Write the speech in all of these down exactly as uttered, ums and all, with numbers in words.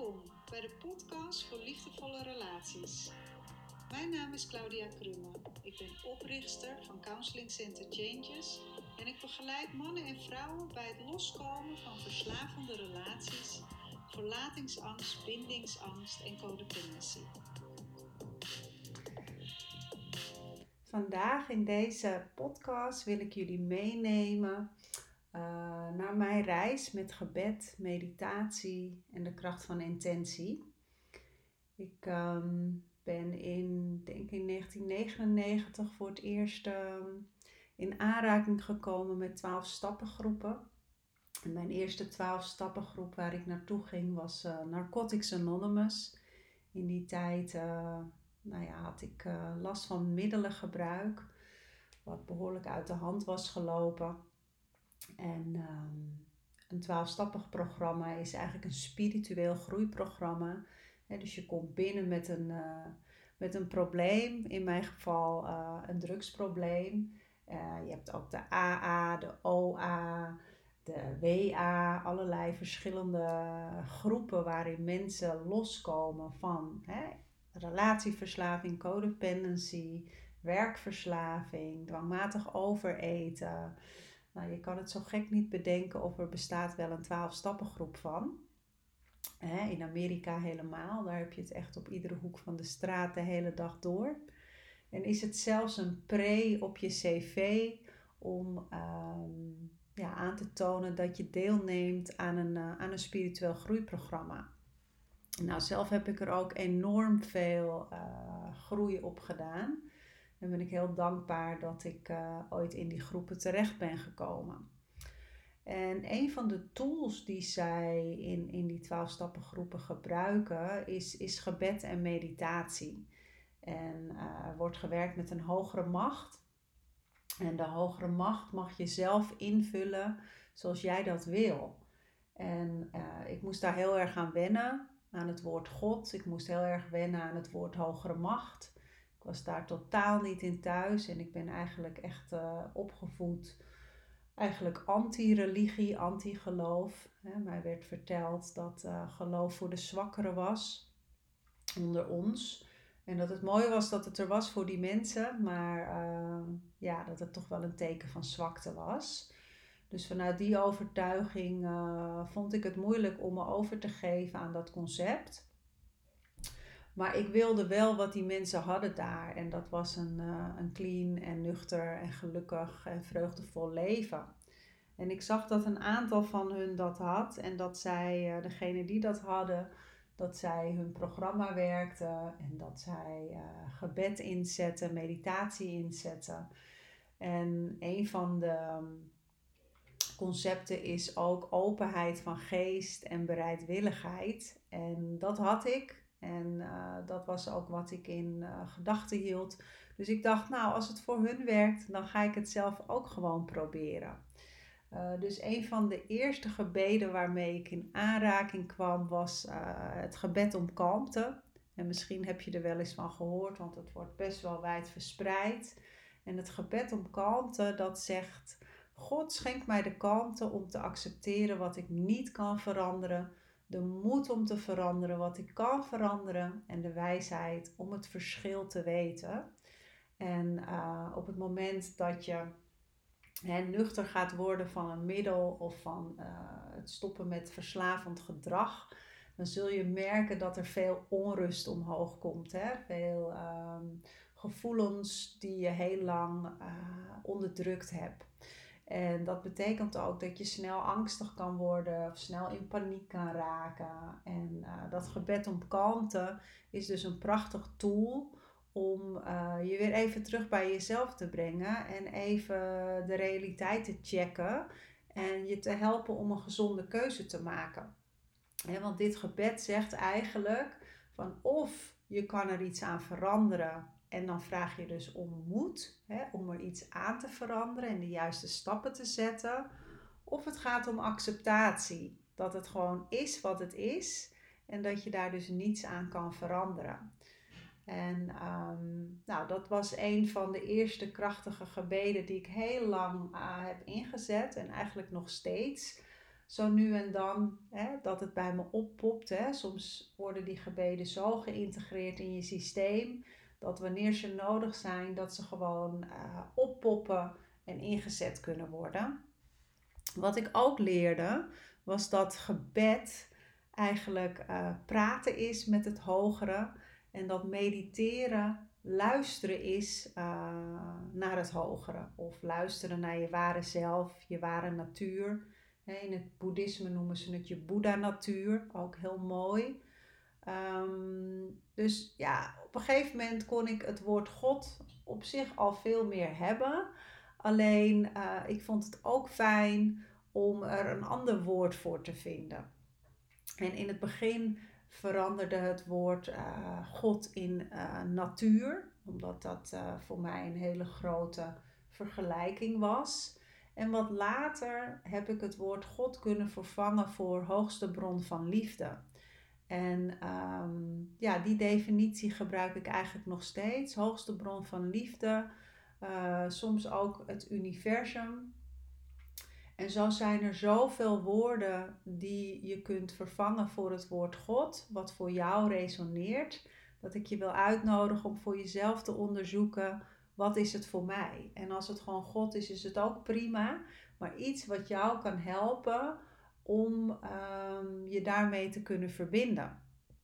Welkom bij de podcast voor liefdevolle relaties. Mijn naam is Claudia Krumme. Ik ben oprichter van Counseling Center Changes en ik begeleid mannen en vrouwen bij het loskomen van verslavende relaties, verlatingsangst, bindingsangst en codependency. Vandaag in deze podcast wil ik jullie meenemen uh, naar mijn reis met gebed, meditatie en de kracht van intentie. Ik um, ben in, denk in negentien negenennegentig voor het eerst um, in aanraking gekomen met twaalf stappengroepen. En mijn eerste twaalf stappengroep waar ik naartoe ging was uh, Narcotics Anonymous. In die tijd uh, nou ja, had ik uh, last van middelengebruik, wat behoorlijk uit de hand was gelopen. En um, een twaalf-stappig programma is eigenlijk een spiritueel groeiprogramma. He, dus je komt binnen met een, uh, met een probleem, in mijn geval uh, een drugsprobleem. Uh, je hebt ook de A A, de O A, de W A, allerlei verschillende groepen waarin mensen loskomen van he, relatieverslaving, codependency, werkverslaving, dwangmatig overeten. Nou, je kan het zo gek niet bedenken of er bestaat wel een twaalf-stappengroep van. He, in Amerika helemaal, daar heb je het echt op iedere hoek van de straat de hele dag door. En is het zelfs een pre op je cv om um, ja, aan te tonen dat je deelneemt aan een, uh, aan een spiritueel groeiprogramma. Nou, zelf heb ik er ook enorm veel uh, groei op gedaan. En ben ik heel dankbaar dat ik uh, ooit in die groepen terecht ben gekomen. En een van de tools die zij in, in die twaalf-stappengroepen gebruiken is, is gebed en meditatie. En uh, er wordt gewerkt met een hogere macht. En de hogere macht mag je zelf invullen zoals jij dat wil. En uh, ik moest daar heel erg aan wennen, aan het woord God. Ik moest heel erg wennen aan het woord hogere macht. Ik was daar totaal niet in thuis en ik ben eigenlijk echt uh, opgevoed, eigenlijk anti-religie, anti-geloof. He, mij werd verteld dat uh, geloof voor de zwakkeren was onder ons. En dat het mooi was dat het er was voor die mensen, maar uh, ja, dat het toch wel een teken van zwakte was. Dus vanuit die overtuiging uh, vond ik het moeilijk om me over te geven aan dat concept. Maar ik wilde wel wat die mensen hadden daar. En dat was een, uh, een clean en nuchter en gelukkig en vreugdevol leven. En ik zag dat een aantal van hun dat had. En dat zij, uh, degene die dat hadden, dat zij hun programma werkten. En dat zij uh, gebed inzetten, meditatie inzetten. En een van de um, concepten is ook openheid van geest en bereidwilligheid. En dat had ik. En uh, dat was ook wat ik in uh, gedachten hield. Dus ik dacht, nou, als het voor hun werkt, dan ga ik het zelf ook gewoon proberen. Uh, dus een van de eerste gebeden waarmee ik in aanraking kwam, was uh, het gebed om kalmte. En misschien heb je er wel eens van gehoord, want het wordt best wel wijd verspreid. En het gebed om kalmte, dat zegt: God schenkt mij de kalmte om te accepteren wat ik niet kan veranderen, de moed om te veranderen wat ik kan veranderen en de wijsheid om het verschil te weten. En uh, op het moment dat je he, nuchter gaat worden van een middel of van uh, het stoppen met verslavend gedrag, dan zul je merken dat er veel onrust omhoog komt. Hè? Veel um, gevoelens die je heel lang uh, onderdrukt hebt. En dat betekent ook dat je snel angstig kan worden of snel in paniek kan raken. En uh, dat gebed om kalmte is dus een prachtig tool om uh, je weer even terug bij jezelf te brengen en even de realiteit te checken en je te helpen om een gezonde keuze te maken. He, want dit gebed zegt eigenlijk van of je kan er iets aan veranderen en dan vraag je dus om moed, he, om er iets aan te veranderen en de juiste stappen te zetten. Of het gaat om acceptatie, dat het gewoon is wat het is en dat je daar dus niets aan kan veranderen. En um, nou, dat was een van de eerste krachtige gebeden die ik heel lang uh, heb ingezet en eigenlijk nog steeds. zo nu en dan, hè, dat het bij me oppopt. Hè. Soms worden die gebeden zo geïntegreerd in je systeem, dat wanneer ze nodig zijn, dat ze gewoon uh, oppoppen en ingezet kunnen worden. Wat ik ook leerde, was dat gebed eigenlijk uh, praten is met het hogere. En dat mediteren luisteren is uh, naar het hogere. Of luisteren naar je ware zelf, je ware natuur. In het boeddhisme noemen ze het je Boeddha-natuur, ook heel mooi. Um, dus ja, op een gegeven moment kon ik het woord God op zich al veel meer hebben. Alleen, uh, ik vond het ook fijn om er een ander woord voor te vinden. En in het begin veranderde het woord uh, God in uh, natuur, omdat dat uh, voor mij een hele grote vergelijking was. En wat later heb ik het woord God kunnen vervangen voor hoogste bron van liefde. En um, ja, die definitie gebruik ik eigenlijk nog steeds. Hoogste bron van liefde, uh, soms ook het universum. En zo zijn er zoveel woorden die je kunt vervangen voor het woord God, wat voor jou resoneert, dat ik je wil uitnodigen om voor jezelf te onderzoeken, wat is het voor mij? En als het gewoon God is, is het ook prima, maar iets wat jou kan helpen om um, je daarmee te kunnen verbinden.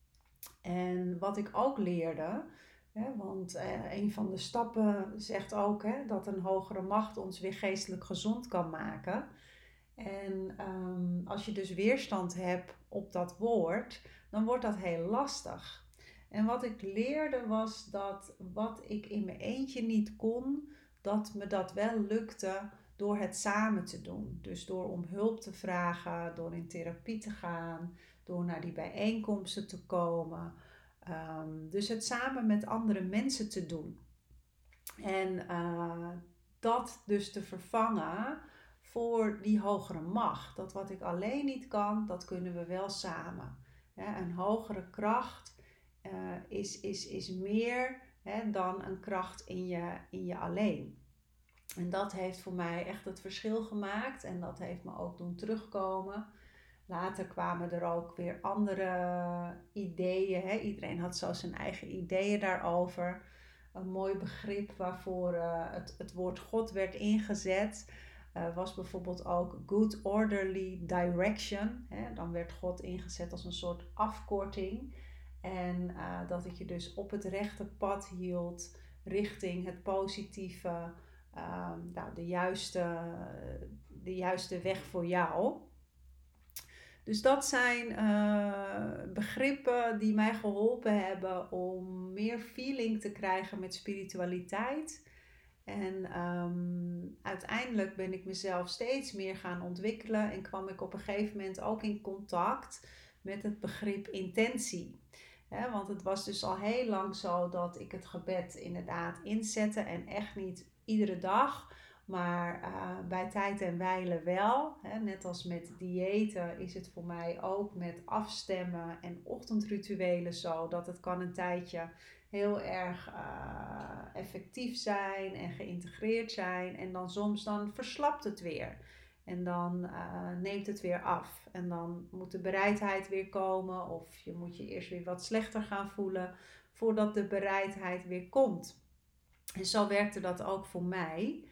En wat ik ook leerde, hè, want eh, een van de stappen zegt ook hè, dat een hogere macht ons weer geestelijk gezond kan maken. En um, als je dus weerstand hebt op dat woord, dan wordt dat heel lastig. En wat ik leerde was dat wat ik in mijn eentje niet kon, dat me dat wel lukte door het samen te doen. Dus door om hulp te vragen, door in therapie te gaan, door naar die bijeenkomsten te komen. Um, dus het samen met andere mensen te doen. En uh, dat dus te vervangen voor die hogere macht. Dat wat ik alleen niet kan, dat kunnen we wel samen. Ja, een hogere kracht uh, is, is, is meer hè, dan een kracht in je, in je alleen. En dat heeft voor mij echt het verschil gemaakt. En dat heeft me ook doen terugkomen. Later kwamen er ook weer andere ideeën. Hè? Iedereen had zo zijn eigen ideeën daarover. Een mooi begrip waarvoor uh, het, het woord God werd ingezet. Uh, was bijvoorbeeld ook good orderly direction. Hè? Dan werd God ingezet als een soort afkorting. En uh, dat het je dus op het rechte pad hield richting het positieve. Uh, nou, de, juiste, de juiste weg voor jou. Dus dat zijn uh, begrippen die mij geholpen hebben om meer feeling te krijgen met spiritualiteit. En um, uiteindelijk ben ik mezelf steeds meer gaan ontwikkelen en kwam ik op een gegeven moment ook in contact met het begrip intentie. He, want het was dus al heel lang zo dat ik het gebed inderdaad inzette en echt niet iedere dag. Maar uh, bij tijd en wijle wel. Hè. Net als met diëten is het voor mij ook met afstemmen en ochtendrituelen zo. Dat het kan een tijdje heel erg uh, effectief zijn en geïntegreerd zijn. En dan soms dan verslapt het weer. En dan uh, neemt het weer af. En dan moet de bereidheid weer komen. Of je moet je eerst weer wat slechter gaan voelen voordat de bereidheid weer komt. En zo werkte dat ook voor mij.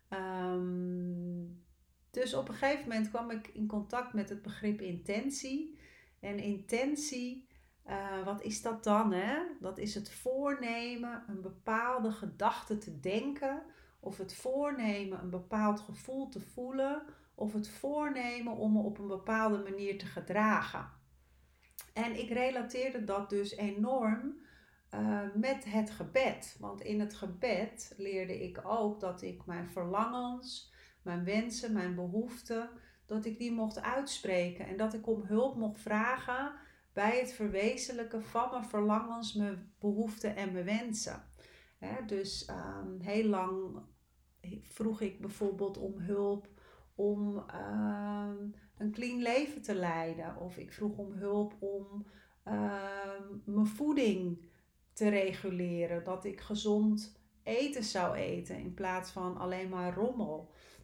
Um, dus op een gegeven moment kwam ik in contact met het begrip intentie. En intentie, uh, wat is dat dan? Hè? Dat is het voornemen een bepaalde gedachte te denken. Of het voornemen een bepaald gevoel te voelen. Of het voornemen om me op een bepaalde manier te gedragen. En ik relateerde dat dus enorm Uh, met het gebed. Want in het gebed leerde ik ook dat ik mijn verlangens, mijn wensen, mijn behoeften, dat ik die mocht uitspreken. En dat ik om hulp mocht vragen bij het verwezenlijken van mijn verlangens, mijn behoeften en mijn wensen. Hè, dus um, heel lang vroeg ik bijvoorbeeld om hulp om uh, een clean leven te leiden. Of ik vroeg om hulp om uh, mijn voeding te reguleren. Dat ik gezond eten zou eten in plaats van alleen maar rommel.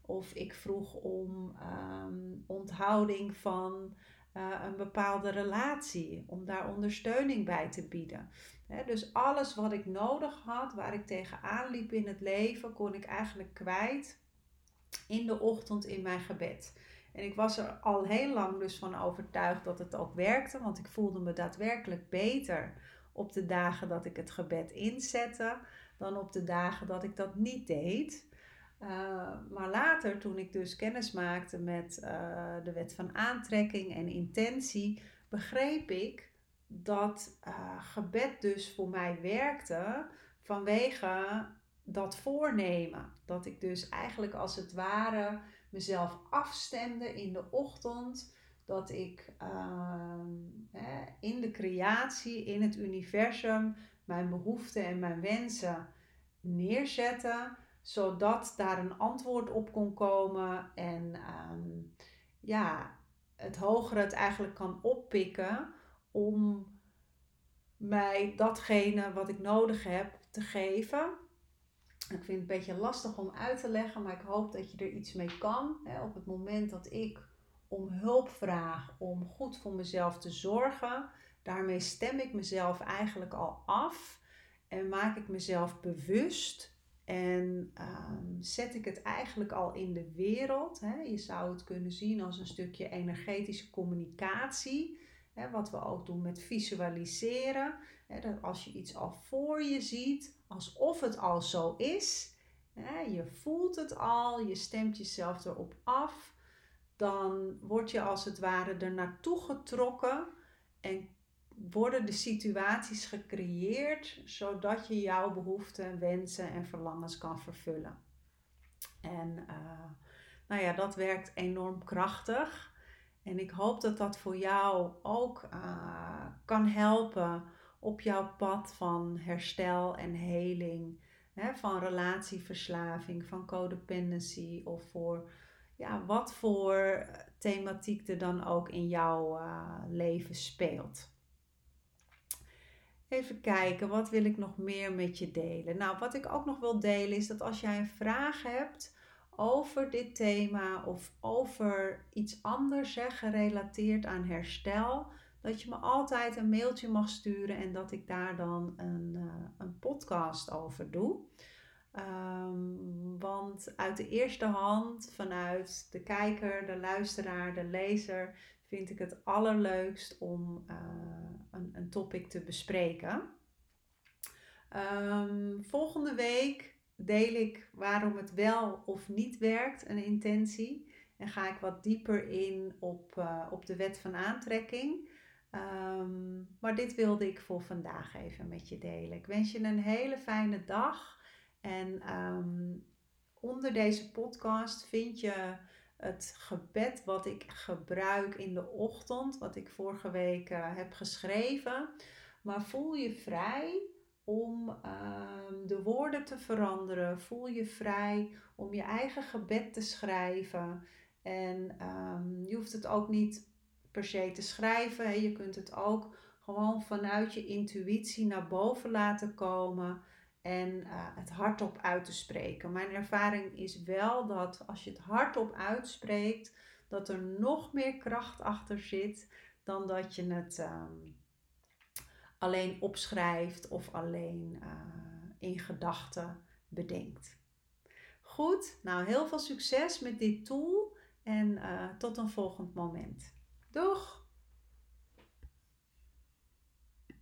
Of ik vroeg om um, onthouding van uh, een bepaalde relatie. Om daar ondersteuning bij te bieden. He, dus alles wat ik nodig had, waar ik tegenaan liep in het leven, kon ik eigenlijk kwijt in de ochtend in mijn gebed. En ik was er al heel lang dus van overtuigd dat het ook werkte. Want ik voelde me daadwerkelijk beter op de dagen dat ik het gebed inzette dan op de dagen dat ik dat niet deed. Uh, maar later, toen ik dus kennis maakte met uh, de wet van aantrekking en intentie, begreep ik dat uh, gebed dus voor mij werkte vanwege dat voornemen. Dat ik dus eigenlijk als het ware mezelf afstemde in de ochtend. Dat ik uh, in de creatie, in het universum, mijn behoeften en mijn wensen neerzette, zodat daar een antwoord op kon komen en um, ja, het hogere het eigenlijk kan oppikken om mij datgene wat ik nodig heb te geven. Ik vind het een beetje lastig om uit te leggen, maar ik hoop dat je er iets mee kan. Op het moment dat ik om hulp vraag om goed voor mezelf te zorgen, daarmee stem ik mezelf eigenlijk al af en maak ik mezelf bewust. En um, zet ik het eigenlijk al in de wereld. Hè? Je zou het kunnen zien als een stukje energetische communicatie. Hè? Wat we ook doen met visualiseren. Hè? Dat als je iets al voor je ziet, alsof het al zo is. Hè? Je voelt het al, je stemt jezelf erop af. Dan word je als het ware er naartoe getrokken. En worden de situaties gecreëerd zodat je jouw behoeften, wensen en verlangens kan vervullen. En uh, nou ja, dat werkt enorm krachtig. En ik hoop dat dat voor jou ook uh, kan helpen op jouw pad van herstel en heling. Hè, van relatieverslaving, van codependency of voor ja, wat voor thematiek er dan ook in jouw uh, leven speelt. Even kijken, wat wil ik nog meer met je delen? Nou, wat ik ook nog wil delen is dat als jij een vraag hebt over dit thema of over iets anders, hè, gerelateerd aan herstel, dat je me altijd een mailtje mag sturen en dat ik daar dan een, uh, een podcast over doe. Um, want uit de eerste hand, vanuit de kijker, de luisteraar, de lezer, vind ik het allerleukst om uh, een, een topic te bespreken. Um, volgende week deel ik waarom het wel of niet werkt, een intentie. En ga ik wat dieper in op, uh, op de wet van aantrekking. Um, maar dit wilde ik voor vandaag even met je delen. Ik wens je een hele fijne dag. En um, onder deze podcast vind je het gebed wat ik gebruik in de ochtend, wat ik vorige week uh, heb geschreven. Maar voel je vrij om um, de woorden te veranderen. Voel je vrij om je eigen gebed te schrijven. En um, je hoeft het ook niet per se te schrijven. Je kunt het ook gewoon vanuit je intuïtie naar boven laten komen. En uh, het hardop uit te spreken. Mijn ervaring is wel dat als je het hardop uitspreekt, dat er nog meer kracht achter zit dan dat je het um, alleen opschrijft of alleen uh, in gedachten bedenkt. Goed, nou heel veel succes met dit tool en uh, tot een volgend moment.